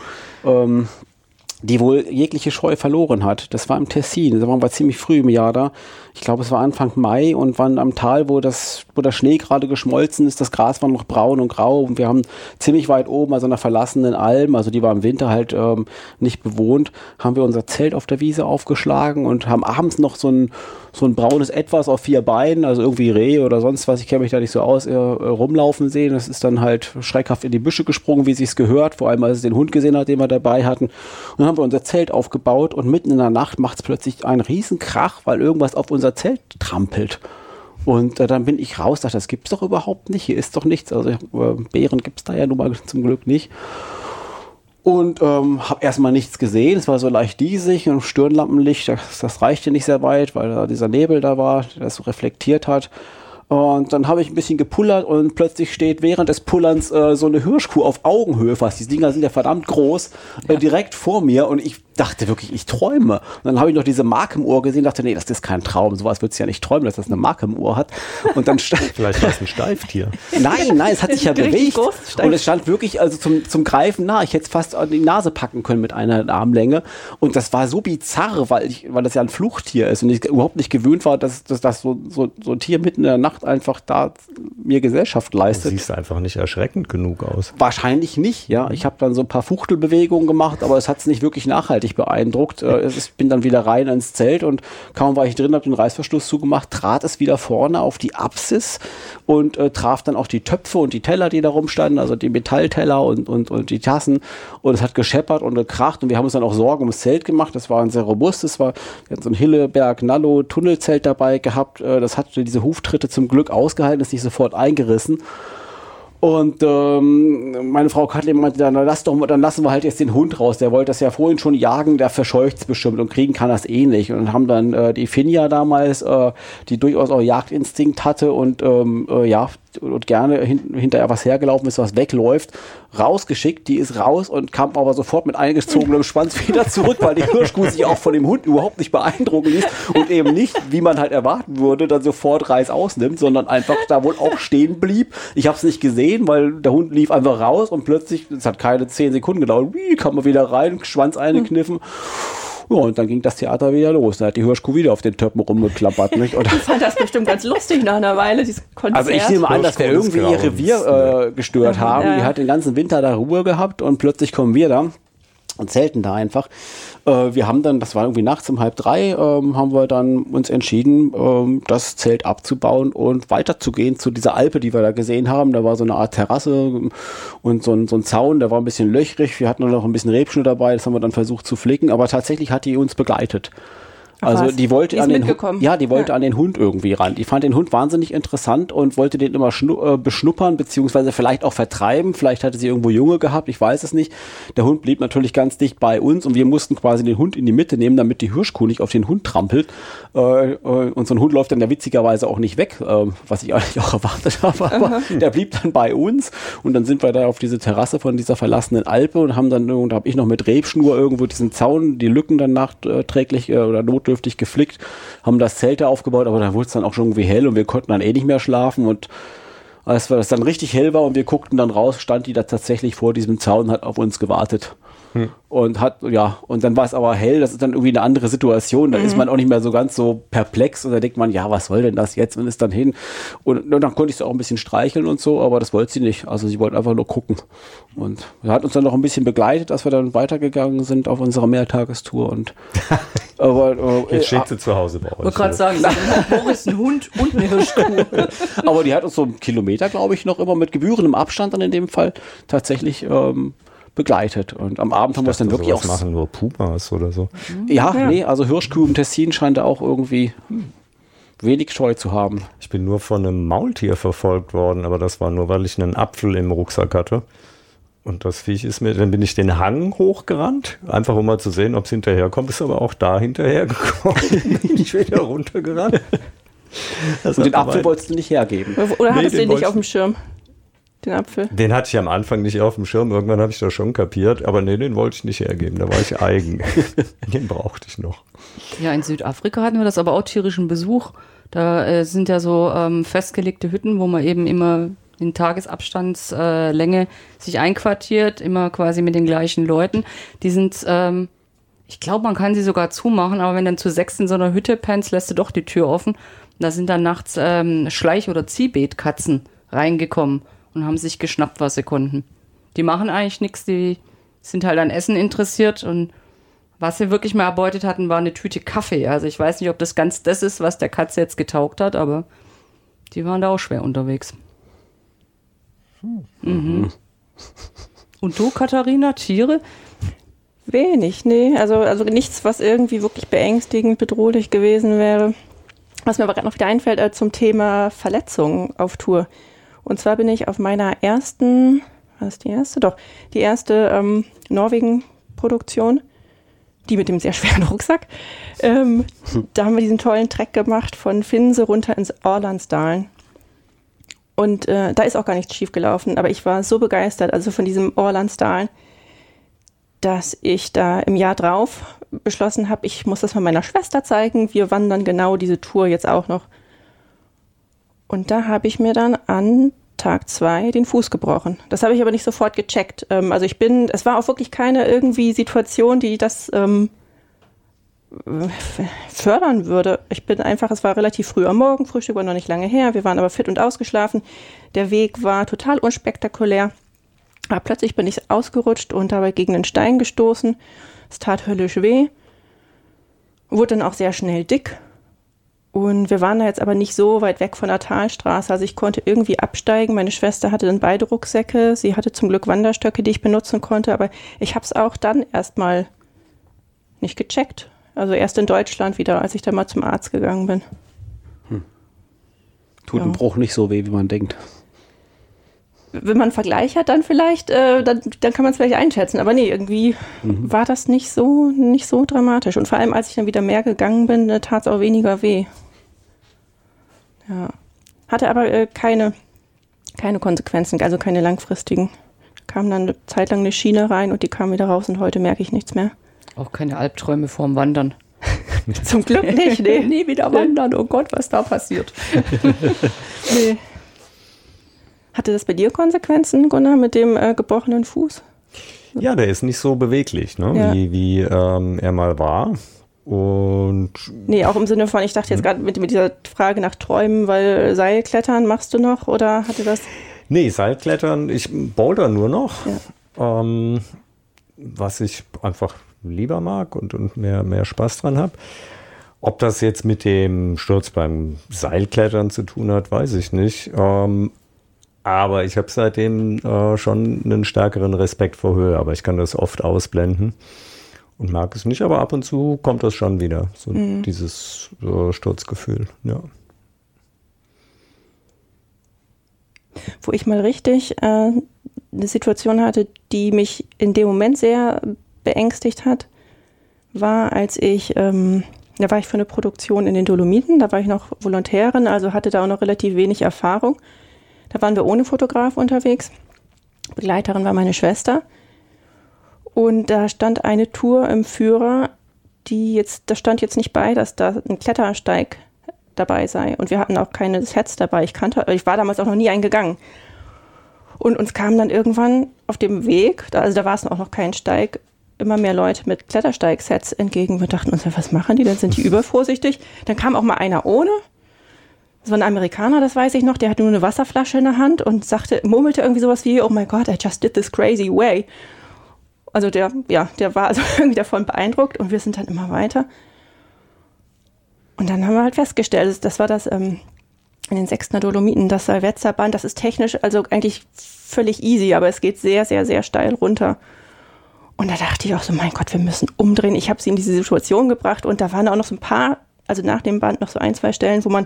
die wohl jegliche Scheu verloren hat. Das war im Tessin. Da waren wir ziemlich früh im Jahr da. Ich glaube, es war Anfang Mai und waren am Tal, wo der Schnee gerade geschmolzen ist. Das Gras war noch braun und grau und wir haben ziemlich weit oben, also einer verlassenen Alm, also die war im Winter halt nicht bewohnt, haben wir unser Zelt auf der Wiese aufgeschlagen und haben abends noch so ein braunes Etwas auf 4 Beinen, also irgendwie Reh oder sonst was, ich kenne mich da nicht so aus, rumlaufen sehen. Das ist dann halt schreckhaft in die Büsche gesprungen, wie sich's gehört, vor allem als es den Hund gesehen hat, den wir dabei hatten. Und dann haben wir unser Zelt aufgebaut und mitten in der Nacht macht es plötzlich einen riesen Krach, weil irgendwas auf unser Zelt trampelt. Und dann bin ich raus, dachte, das gibt's doch überhaupt nicht, hier ist doch nichts. Also Bären gibt's da ja nun mal zum Glück nicht. Und habe erstmal nichts gesehen, es war so leicht diesig und Stirnlampenlicht, das reichte nicht sehr weit, weil da dieser Nebel da war, der das so reflektiert hat. Und dann habe ich ein bisschen gepullert und plötzlich steht während des Pullerns so eine Hirschkuh auf Augenhöhe fast. Die Dinger sind ja verdammt groß, direkt vor mir und ich dachte wirklich, ich träume. Und dann habe ich noch diese Marke im Ohr gesehen, dachte, nee, das ist kein Traum, sowas würdest du ja nicht träumen, dass das eine Marke im Ohr hat. Und dann vielleicht war es ein Steiftier. Nein, es hat sich ja bewegt. Und es stand wirklich also zum Greifen nah. Ich hätte es fast an die Nase packen können mit einer Armlänge. Und das war so bizarr, weil das ja ein Fluchttier ist und ich überhaupt nicht gewöhnt war, dass so ein Tier mitten in der Nacht einfach da mir Gesellschaft leistet. Du siehst einfach nicht erschreckend genug aus. Wahrscheinlich nicht, ja. Ich habe dann so ein paar Fuchtelbewegungen gemacht, aber es hat es nicht wirklich nachhaltig beeindruckt. Ich bin dann wieder rein ins Zelt und kaum war ich drin, habe den Reißverschluss zugemacht, trat es wieder vorne auf die Apsis und traf dann auch die Töpfe und die Teller, die da rumstanden, also die Metallteller und die Tassen und es hat gescheppert und gekracht und wir haben uns dann auch Sorgen ums Zelt gemacht. Das war ein sehr robustes, wir hatten so ein Hilleberg-Nallo-Tunnelzelt dabei gehabt. Das hatte diese Huftritte zum Glück ausgehalten, ist nicht sofort eingerissen. Und meine Frau Kathleen meinte, dann lassen wir halt jetzt den Hund raus. Der wollte das ja vorhin schon jagen, der verscheucht es bestimmt und kriegen kann das eh nicht. Und haben dann die Finja damals, die durchaus auch Jagdinstinkt hatte und und gerne hinterher was hergelaufen ist, was wegläuft, rausgeschickt, die ist raus und kam aber sofort mit eingezogenem Schwanz wieder zurück, weil die Hirschkuh sich auch von dem Hund überhaupt nicht beeindrucken ließ und eben nicht, wie man halt erwarten würde, dann sofort Reis ausnimmt, sondern einfach da wohl auch stehen blieb. Ich habe es nicht gesehen, weil der Hund lief einfach raus und plötzlich, es hat keine 10 Sekunden gedauert, kam er wieder rein, Schwanz eingekniffen. Ja, und dann ging das Theater wieder los. Da hat die Hirschkuh wieder auf den Töppen rumgeklappert. Nicht? Und ich fand das bestimmt ganz lustig nach einer Weile, dieses Konzert. Also ich nehme an, dass wir irgendwie ihr Revier gestört haben. Ja. Die hat den ganzen Winter da Ruhe gehabt und plötzlich kommen wir da und zelten da einfach. Wir haben dann, das war irgendwie nachts um 2:30, haben wir dann uns entschieden, das Zelt abzubauen und weiterzugehen zu dieser Alpe, die wir da gesehen haben. Da war so eine Art Terrasse und so ein Zaun, der war ein bisschen löchrig. Wir hatten noch ein bisschen Rebschnitt dabei, das haben wir dann versucht zu flicken, aber tatsächlich hat die uns begleitet. Also die wollte an den Hund irgendwie ran. Die fand den Hund wahnsinnig interessant und wollte den immer beschnuppern, beziehungsweise vielleicht auch vertreiben. Vielleicht hatte sie irgendwo Junge gehabt, ich weiß es nicht. Der Hund blieb natürlich ganz dicht bei uns und wir mussten quasi den Hund in die Mitte nehmen, damit die Hirschkuh nicht auf den Hund trampelt. Und so ein Hund läuft dann ja witzigerweise auch nicht weg, was ich eigentlich auch erwartet habe. Aber der blieb dann bei uns und dann sind wir da auf diese Terrasse von dieser verlassenen Alpe und haben dann, da habe ich noch mit Rebschnur irgendwo diesen Zaun, die Lücken dann nachträglich oder notdürftig geflickt, haben das Zelt da aufgebaut, aber da wurde es dann auch schon irgendwie hell und wir konnten dann nicht mehr schlafen und als das dann richtig hell war und wir guckten dann raus, stand die da tatsächlich vor diesem Zaun und hat auf uns gewartet. Und und dann war es aber hell, das ist dann irgendwie eine andere Situation, da ist man auch nicht mehr so ganz so perplex und da denkt man, ja, was soll denn das jetzt und ist dann hin und dann konnte ich sie auch ein bisschen streicheln und so, aber das wollte sie nicht, also sie wollte einfach nur gucken und sie hat uns dann noch ein bisschen begleitet, als wir dann weitergegangen sind auf unserer Mehrtagestour und jetzt steht sie zu Hause bei euch. Ich wollte gerade sagen, Boris ein Hund und eine Hirschkuh. Aber die hat uns so einen Kilometer, glaube ich, noch immer mit gebührendem Abstand dann in dem Fall tatsächlich begleitet. Und am Abend haben wir es dann wirklich auch... machen nur Pumas oder so. Ja, nee, also Hirschkuh im Tessin scheint da auch irgendwie wenig Scheu zu haben. Ich bin nur von einem Maultier verfolgt worden, aber das war nur, weil ich einen Apfel im Rucksack hatte. Und das Viech ist mir, dann bin ich den Hang hochgerannt, einfach um mal zu sehen, ob es hinterherkommt, ist aber auch da hinterhergekommen. Bin ich wieder runtergerannt. Und den Apfel wolltest du nicht hergeben? Oder hattest du den nicht auf dem Schirm? Den Apfel? Den hatte ich am Anfang nicht auf dem Schirm, irgendwann habe ich das schon kapiert, aber nee, den wollte ich nicht hergeben, da war ich eigen. Den brauchte ich noch. Ja, in Südafrika hatten wir das aber auch tierischen Besuch. Da sind ja so festgelegte Hütten, wo man eben immer in Tagesabstandslänge sich einquartiert, immer quasi mit den gleichen Leuten. Die sind, ich glaube, man kann sie sogar zumachen, aber wenn dann zu 6 in so einer Hütte pennst, lässt du doch die Tür offen. Da sind dann nachts Schleich- oder Ziehbeetkatzen reingekommen und haben sich geschnappt, was sie konnten. Die machen eigentlich nichts, die sind halt an Essen interessiert und was wir wirklich mal erbeutet hatten, war eine Tüte Kaffee. Also ich weiß nicht, ob das ganz das ist, was der Katze jetzt getaugt hat, aber die waren da auch schwer unterwegs. Mhm. Und du, Katharina, Tiere? Wenig, nee. Also nichts, was irgendwie wirklich beängstigend, bedrohlich gewesen wäre. Was mir aber gerade noch wieder einfällt zum Thema Verletzungen auf Tour. Und zwar bin ich auf meiner ersten, die erste Norwegen-Produktion, die mit dem sehr schweren Rucksack. Da haben wir diesen tollen Trek gemacht von Finse runter ins Ålandsdalen. Und da ist auch gar nichts schief gelaufen, aber ich war so begeistert, also von diesem Ålandsdalen, dass ich da im Jahr drauf beschlossen habe, ich muss das mal meiner Schwester zeigen. Wir wandern genau diese Tour jetzt auch noch. Und da habe ich mir dann an Tag 2 den Fuß gebrochen. Das habe ich aber nicht sofort gecheckt. Es war auch wirklich keine irgendwie Situation, die das fördern würde. Es war relativ früh am Morgen, Frühstück war noch nicht lange her, wir waren aber fit und ausgeschlafen. Der Weg war total unspektakulär. Aber plötzlich bin ich ausgerutscht und dabei gegen einen Stein gestoßen. Es tat höllisch weh. Wurde dann auch sehr schnell dick. Und wir waren da jetzt aber nicht so weit weg von der Talstraße. Also ich konnte irgendwie absteigen. Meine Schwester hatte dann beide Rucksäcke. Sie hatte zum Glück Wanderstöcke, die ich benutzen konnte. Aber ich habe es auch dann erstmal nicht gecheckt. Also erst in Deutschland wieder, als ich da mal zum Arzt gegangen bin. Tut ein Bruch nicht so weh, wie man denkt. Wenn man einen Vergleich hat, dann vielleicht, dann kann man es vielleicht einschätzen. Aber nee, irgendwie war das nicht so dramatisch. Und vor allem, als ich dann wieder mehr gegangen bin, tat es auch weniger weh. Ja. Hatte aber keine Konsequenzen, also keine langfristigen. kam dann eine Zeit lang eine Schiene rein und die kam wieder raus und heute merke ich nichts mehr. Auch keine Albträume vorm Wandern. Zum Glück nicht, nee. Nie wieder wandern, oh Gott, was da passiert. Nee. Hatte das bei dir Konsequenzen, Gunnar, mit dem gebrochenen Fuß? Ja, der ist nicht so beweglich, ne? Ja. wie er mal war. Und Nee, auch im Sinne von, ich dachte jetzt gerade mit dieser Frage nach Träumen, weil Seilklettern machst du noch oder hatte das? nee, Seilklettern, ich boulder nur noch, Ja. was ich einfach lieber mag und mehr Spaß dran habe. Ob das jetzt mit dem Sturz beim Seilklettern zu tun hat, weiß ich nicht. Aber ich habe seitdem schon einen stärkeren Respekt vor Höhe, aber ich kann das oft ausblenden und mag es nicht, aber ab und zu kommt das schon wieder, so dieses Sturzgefühl, ja. Wo ich mal richtig eine Situation hatte, die mich in dem Moment sehr beängstigt hat, war, als ich, da war ich für eine Produktion in den Dolomiten, da war ich noch Volontärin, also hatte da auch noch relativ wenig Erfahrung. Da waren wir ohne Fotograf unterwegs. Begleiterin war meine Schwester. Und da stand eine Tour im Führer, da stand jetzt nicht bei, dass da ein Klettersteig dabei sei. Und wir hatten auch keine Sets dabei. Ich war damals auch noch nie eingegangen. Und uns kamen dann irgendwann auf dem Weg, also da war es auch noch kein Steig, immer mehr Leute mit Klettersteig-Sets entgegen. Wir dachten uns, was machen die? Dann sind die übervorsichtig. Dann kam auch mal einer ohne. Das war ein Amerikaner, das weiß ich noch, der hatte nur eine Wasserflasche in der Hand und murmelte irgendwie sowas wie, oh my God, I just did this crazy way. Also der war also irgendwie davon beeindruckt und wir sind dann immer weiter. Und dann haben wir halt festgestellt, das war das in den Sechstner Dolomiten, das Salvezza-Band, das ist technisch also eigentlich völlig easy, aber es geht sehr, sehr, sehr steil runter. Und da dachte ich auch so, mein Gott, wir müssen umdrehen. Ich habe sie in diese Situation gebracht und da waren auch noch so ein paar, also nach dem Band noch so 1, 2 Stellen, wo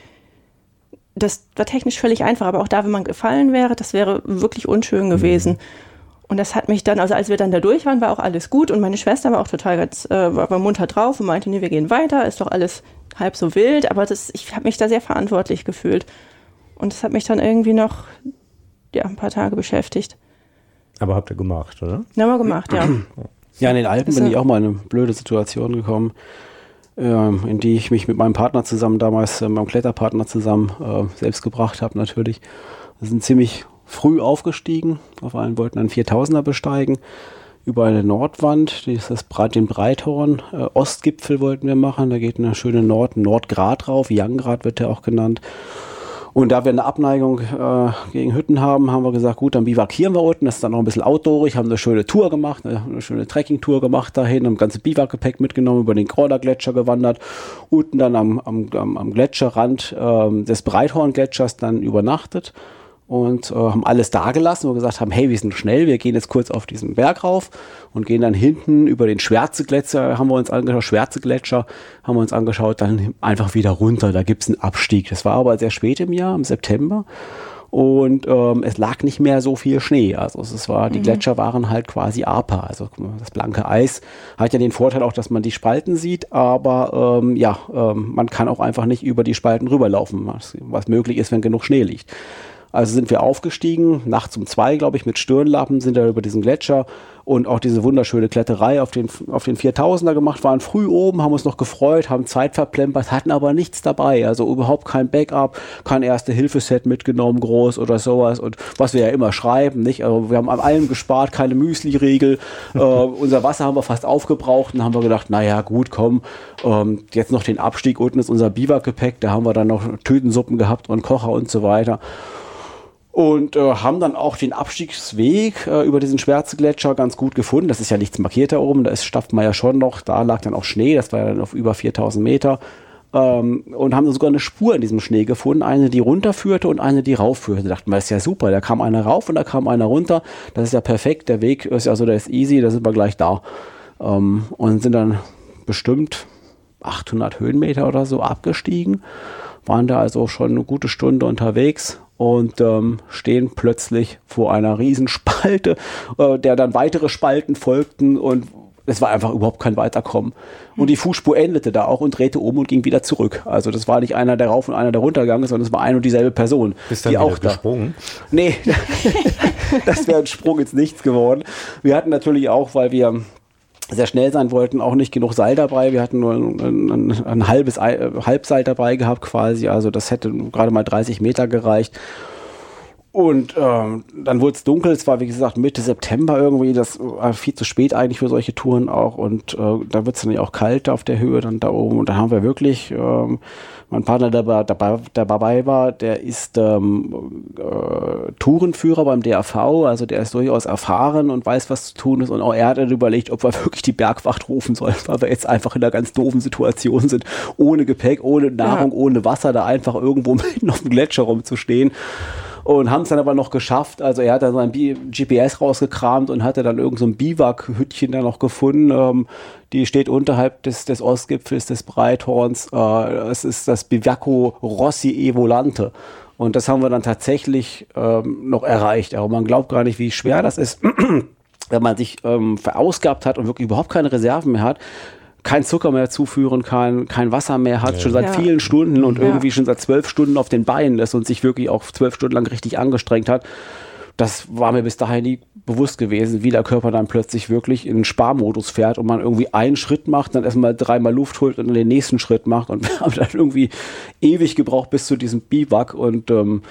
das war technisch völlig einfach, aber auch da, wenn man gefallen wäre, das wäre wirklich unschön gewesen. Und das hat mich dann, also als wir dann da durch waren, war auch alles gut und meine Schwester war auch total war munter drauf und meinte, nee, wir gehen weiter, ist doch alles halb so wild, aber ich habe mich da sehr verantwortlich gefühlt. Und das hat mich dann irgendwie noch ein paar Tage beschäftigt. Aber habt ihr gemacht, oder? Ja, mal gemacht, ja. Ja, in den Alpen bin ich auch mal in eine blöde Situation gekommen, in die ich mich mit meinem Partner zusammen damals, meinem Kletterpartner zusammen selbst gebracht habe natürlich. Wir sind ziemlich früh aufgestiegen, auf allen wollten einen 4000er besteigen, über eine Nordwand, den Breithorn, Ostgipfel wollten wir machen, da geht eine schöne Nordgrat rauf, Younggrat wird der auch genannt. Und da wir eine Abneigung gegen Hütten haben, haben wir gesagt, gut, dann bivakieren wir unten. Das ist dann noch ein bisschen outdoorig, haben eine schöne Tour gemacht, eine schöne Trekking-Tour gemacht dahin, haben ganze Biwakgepäck mitgenommen, über den Krauler-Gletscher gewandert, unten dann am Gletscherrand des Breithorn-Gletschers dann übernachtet und haben alles da gelassen, wo wir gesagt haben, hey, wir sind schnell, wir gehen jetzt kurz auf diesen Berg rauf und gehen dann hinten über den Schwärze-Gletscher, haben wir uns angeschaut, dann einfach wieder runter, da gibt's einen Abstieg. Das war aber sehr spät im Jahr, im September und es lag nicht mehr so viel Schnee, also die Gletscher waren halt quasi APA, also das blanke Eis hat ja den Vorteil auch, dass man die Spalten sieht, aber man kann auch einfach nicht über die Spalten rüberlaufen, was möglich ist, wenn genug Schnee liegt. Also sind wir aufgestiegen, nachts um 2, glaube ich, mit Stirnlappen sind wir über diesen Gletscher und auch diese wunderschöne Kletterei auf den 4000er gemacht, waren früh oben, haben uns noch gefreut, haben Zeit verplempert, hatten aber nichts dabei, also überhaupt kein Backup, kein Erste-Hilfe-Set mitgenommen, groß oder sowas und was wir ja immer schreiben, nicht? Also wir haben an allem gespart, keine Müsli-Riegel, unser Wasser haben wir fast aufgebraucht und haben wir gedacht, naja, gut, komm, jetzt noch den Abstieg, unten ist unser Biwakgepäck, da haben wir dann noch Tütensuppen gehabt und Kocher und so weiter. Und haben dann auch den Abstiegsweg über diesen Schwärze-Gletscher ganz gut gefunden. Das ist ja nichts markiert da oben, da stafft man ja schon noch. Da lag dann auch Schnee, das war ja dann auf über 4000 Meter. Und haben sogar eine Spur in diesem Schnee gefunden, eine, die runterführte und eine, die raufführte. Da dachten wir, das ist ja super, da kam einer rauf und da kam einer runter. Das ist ja perfekt, der Weg ist ja so, der ist easy, da sind wir gleich da. Und sind dann bestimmt 800 Höhenmeter oder so abgestiegen. Waren da also schon eine gute Stunde unterwegs. Und stehen plötzlich vor einer Riesenspalte, der dann weitere Spalten folgten und es war einfach überhaupt kein Weiterkommen. Und die Fußspur endete da auch und drehte um und ging wieder zurück. Also das war nicht einer, der rauf und einer, der runtergegangen ist, sondern es war ein und dieselbe Person. Bist dann die wieder auch da gesprungen? Nee, Das wäre ein Sprung ins Nichts geworden. Wir hatten natürlich auch, weil wir sehr schnell sein wollten, auch nicht genug Seil dabei. Wir hatten nur ein Halbseil dabei gehabt quasi. Also das hätte gerade mal 30 Meter gereicht. Und dann wurde es dunkel, es war wie gesagt Mitte September irgendwie, das war viel zu spät eigentlich für solche Touren auch und da wird es dann ja auch kalt auf der Höhe dann da oben und dann haben wir wirklich, mein Partner, der dabei war, der ist Tourenführer beim DAV, also der ist durchaus erfahren und weiß, was zu tun ist und auch er hat dann überlegt, ob wir wirklich die Bergwacht rufen sollen, weil wir jetzt einfach in einer ganz doofen Situation sind, ohne Gepäck, ohne Nahrung, ohne Wasser, da einfach irgendwo mitten auf dem Gletscher rumzustehen. Und haben es dann aber noch geschafft. Also er hat dann sein GPS rausgekramt und hatte dann irgend so ein Biwak-Hüttchen da noch gefunden. Die steht unterhalb des Ostgipfels des Breithorns. Es ist das Biwako Rossi e Volante. Und das haben wir dann tatsächlich noch erreicht. Aber man glaubt gar nicht, wie schwer das ist, wenn man sich verausgabt hat und wirklich überhaupt keine Reserven mehr hat. Kein Zucker mehr zuführen kann, kein Wasser mehr hat, schon seit vielen Stunden und irgendwie schon seit 12 Stunden auf den Beinen ist und sich wirklich auch 12 Stunden lang richtig angestrengt hat. Das war mir bis dahin nie bewusst gewesen, wie der Körper dann plötzlich wirklich in den Sparmodus fährt und man irgendwie einen Schritt macht, dann erstmal 3-mal Luft holt und dann den nächsten Schritt macht und wir haben dann irgendwie ewig gebraucht bis zu diesem Biwak und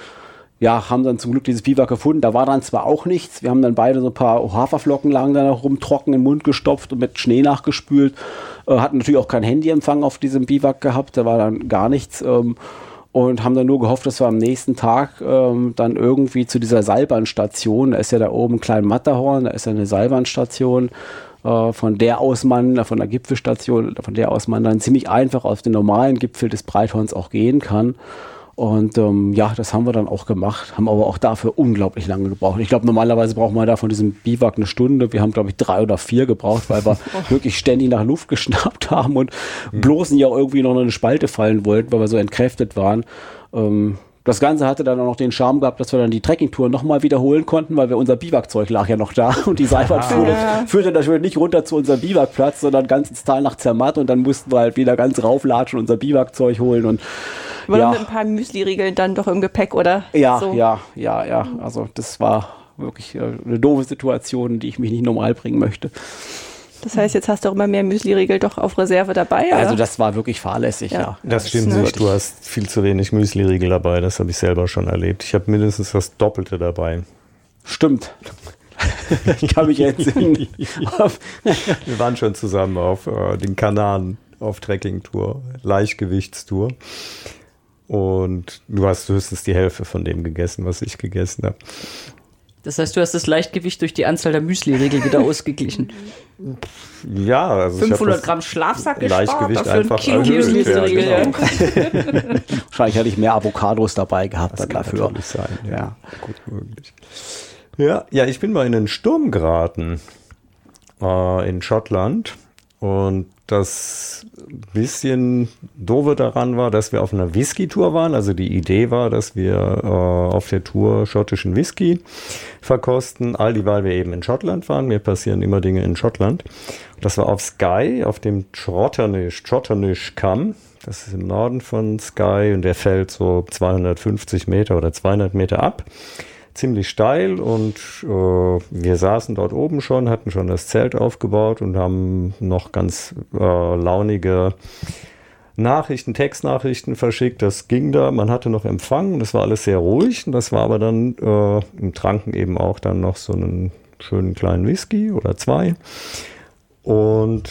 haben dann zum Glück dieses Biwak gefunden. Da war dann zwar auch nichts, wir haben dann beide so ein paar Haferflocken lagen da noch rum, trocken in den Mund gestopft und mit Schnee nachgespült. Hatten natürlich auch kein Handyempfang auf diesem Biwak gehabt, da war dann gar nichts und haben dann nur gehofft, dass wir am nächsten Tag dann irgendwie zu dieser Seilbahnstation, da ist ja da oben Klein Matterhorn, da ist ja eine Seilbahnstation, von der aus man, von der Gipfelstation, von der aus man dann ziemlich einfach auf den normalen Gipfel des Breithorns auch gehen kann. Und das haben wir dann auch gemacht, haben aber auch dafür unglaublich lange gebraucht. Ich glaube, normalerweise braucht man da von diesem Biwak eine Stunde. Wir haben, glaube ich, 3 oder 4 gebraucht, weil wir wirklich ständig nach Luft geschnappt haben und bloß nicht auch irgendwie noch in eine Spalte fallen wollten, weil wir so entkräftet waren. Das Ganze hatte dann auch noch den Charme gehabt, dass wir dann die Trekkingtour nochmal wiederholen konnten, weil unser Biwakzeug lag ja noch da und die Seilbahn führte natürlich nicht runter zu unserem Biwakplatz, sondern ganz ins Tal nach Zermatt und dann mussten wir halt wieder ganz rauflatschen, unser Biwakzeug holen und mit ein paar Müsli-Riegeln dann doch im Gepäck, oder? Ja, so. ja. Also das war wirklich eine doofe Situation, die ich mich nicht normal bringen möchte. Das heißt, jetzt hast du auch immer mehr Müsli-Riegel doch auf Reserve dabei, oder? Also das war wirklich fahrlässig, ja. Das stimmt nicht. Du hast viel zu wenig Müsli-Riegel dabei. Das habe ich selber schon erlebt. Ich habe mindestens das Doppelte dabei. Stimmt. Ich kann mich entsinnen. Wir waren schon zusammen auf den Kanaren auf Trekkingtour, Leichtgewichtstour. Und du hast höchstens die Hälfte von dem gegessen, was ich gegessen habe. Das heißt, du hast das Leichtgewicht durch die Anzahl der Müsli-Riegel wieder ausgeglichen. Ja, also 500 Gramm Schlafsack gespart, Leichtgewicht dafür einfach ein Kilo Müsli-Riegel. Ja, genau. Wahrscheinlich hätte ich mehr Avocados dabei gehabt. Das dann kann dafür. natürlich sein. Ja, gut möglich. Ja, ich bin mal in einen Sturm geraten in Schottland. Und das bisschen Doofe daran war, dass wir auf einer Whisky-Tour waren. Also die Idee war, dass wir auf der Tour schottischen Whisky verkosten, all dieweil wir eben in Schottland waren. Mir passieren immer Dinge in Schottland. Das war auf Skye, auf dem Trotternish Kamm. Das ist im Norden von Skye und der fällt so 250 Meter oder 200 Meter ab. Ziemlich steil und wir saßen dort oben schon, hatten schon das Zelt aufgebaut und haben noch ganz launige Textnachrichten verschickt. Das ging da, man hatte noch Empfang, das war alles sehr ruhig. Und das war aber dann, im Tranken eben auch dann noch so einen schönen kleinen Whisky oder 2. Und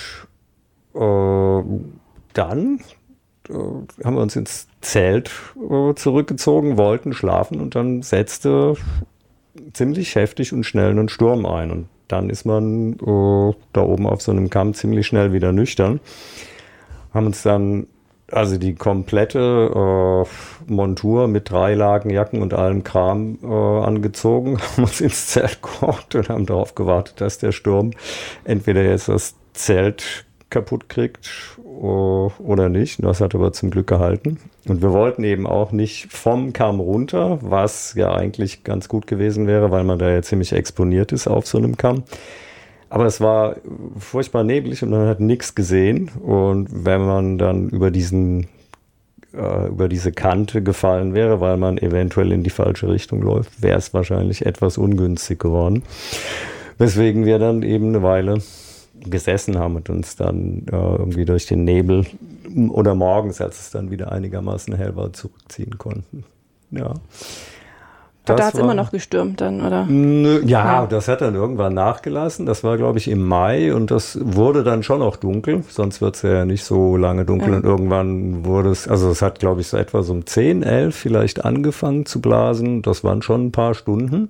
dann haben wir uns ins Zelt zurückgezogen, wollten schlafen und dann setzte ziemlich heftig und schnell einen Sturm ein. Und dann ist man da oben auf so einem Kamm ziemlich schnell wieder nüchtern. Haben uns dann also die komplette Montur mit 3 Lagen Jacken und allem Kram angezogen, haben uns ins Zelt gehockt und haben darauf gewartet, dass der Sturm entweder jetzt das Zelt kaputt kriegt oder nicht. Das hat aber zum Glück gehalten. Und wir wollten eben auch nicht vom Kamm runter, was ja eigentlich ganz gut gewesen wäre, weil man da ja ziemlich exponiert ist auf so einem Kamm. Aber es war furchtbar neblig und man hat nichts gesehen. Und wenn man dann über diesen über diese Kante gefallen wäre, weil man eventuell in die falsche Richtung läuft, wäre es wahrscheinlich etwas ungünstig geworden. Weswegen wir dann eben eine Weile gesessen haben und uns dann irgendwie durch den Nebel oder morgens, als es dann wieder einigermaßen hell war, zurückziehen konnten. Ja. Aber da hat es immer noch gestürmt dann, oder? Ja, das hat dann irgendwann nachgelassen. Das war, glaube ich, im Mai und das wurde dann schon auch dunkel. Sonst wird es ja nicht so lange dunkel. Und irgendwann wurde es, also es hat, glaube ich, so etwa so um 10, 11 vielleicht angefangen zu blasen. Das waren schon ein paar Stunden.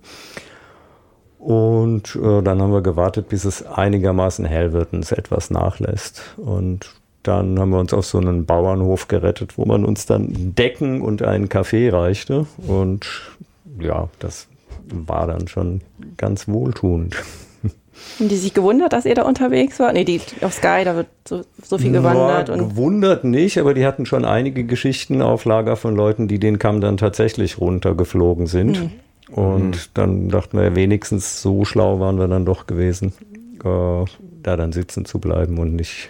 Und dann haben wir gewartet, bis es einigermaßen hell wird und es etwas nachlässt. Und dann haben wir uns auf so einen Bauernhof gerettet, wo man uns dann Decken und einen Kaffee reichte. Und ja, das war dann schon ganz wohltuend. Haben die sich gewundert, dass ihr da unterwegs wart? Nee, die auf Sky, da wird so viel gewandert. Und gewundert nicht, aber die hatten schon einige Geschichten auf Lager von Leuten, die den Kamm dann tatsächlich runtergeflogen sind. Und dann dachten wir, wenigstens so schlau waren wir dann doch gewesen, da dann sitzen zu bleiben und nicht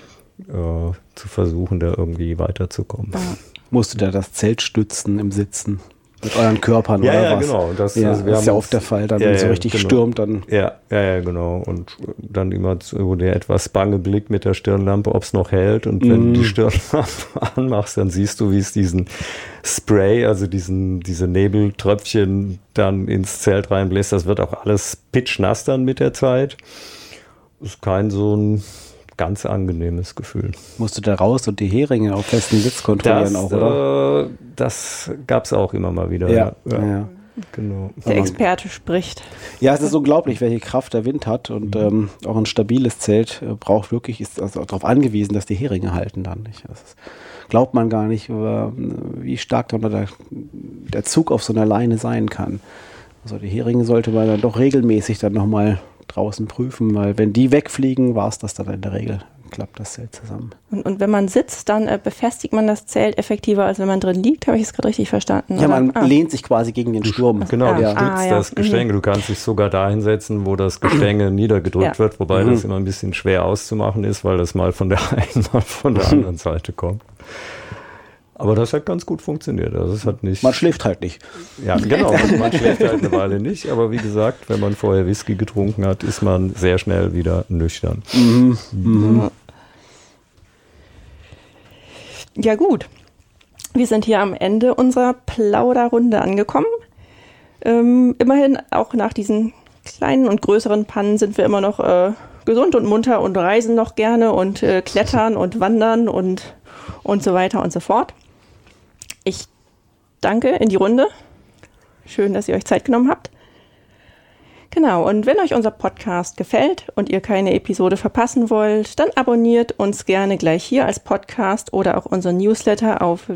zu versuchen, da irgendwie weiterzukommen. Ja. Musstet ihr das Zelt stützen im Sitzen? Mit euren Körpern oder was? Ja, genau. Das ist ja oft der Fall, dann wenn es so richtig stürmt. Dann ja, genau. Und dann immer so der etwas bange Blick mit der Stirnlampe, ob es noch hält. Und wenn du die Stirnlampe anmachst, dann siehst du, wie es diesen Spray, also diese Nebeltröpfchen dann ins Zelt reinbläst. Das wird auch alles pitschnass dann mit der Zeit. Ist kein so ein ganz angenehmes Gefühl. Musst du da raus und die Heringe auf festen Sitz kontrollieren auch, oder? Das gab es auch immer mal wieder. Ja. Genau. Der Experte spricht. Ja, es ist unglaublich, welche Kraft der Wind hat und auch ein stabiles Zelt braucht wirklich, ist also darauf angewiesen, dass die Heringe halten dann. Das glaubt man gar nicht, wie stark dann der Zug auf so einer Leine sein kann. Also die Heringe sollte man dann doch regelmäßig dann nochmal draußen prüfen, weil wenn die wegfliegen, war es das dann in der Regel. Klappt das Zelt zusammen. Und wenn man sitzt, dann befestigt man das Zelt effektiver, als wenn man drin liegt. Habe ich es gerade richtig verstanden? Ja, man lehnt sich quasi gegen den Sturm. Genau, du stützt das Gestänge. Du kannst dich sogar da hinsetzen, wo das Gestänge niedergedrückt wird, wobei das immer ein bisschen schwer auszumachen ist, weil das mal von der einen, mal von der anderen Seite kommt. Aber das hat ganz gut funktioniert. Also es hat nicht. Man schläft halt nicht. Ja, genau. Man schläft halt eine Weile nicht. Aber wie gesagt, wenn man vorher Whisky getrunken hat, ist man sehr schnell wieder nüchtern. Ja gut, wir sind hier am Ende unserer Plauderrunde angekommen. Immerhin, auch nach diesen kleinen und größeren Pannen sind wir immer noch gesund und munter und reisen noch gerne und klettern und wandern und so weiter und so fort. Ich danke in die Runde. Schön, dass ihr euch Zeit genommen habt. Genau, und wenn euch unser Podcast gefällt und ihr keine Episode verpassen wollt, dann abonniert uns gerne gleich hier als Podcast oder auch unseren Newsletter auf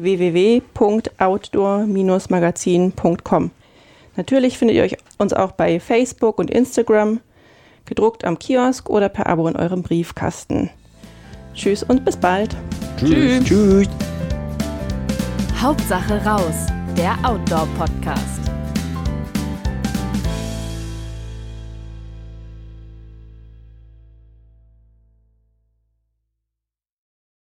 www.outdoor-magazin.com. Natürlich findet ihr uns auch bei Facebook und Instagram, gedruckt am Kiosk oder per Abo in eurem Briefkasten. Tschüss und bis bald. Tschüss. Hauptsache raus, der Outdoor-Podcast.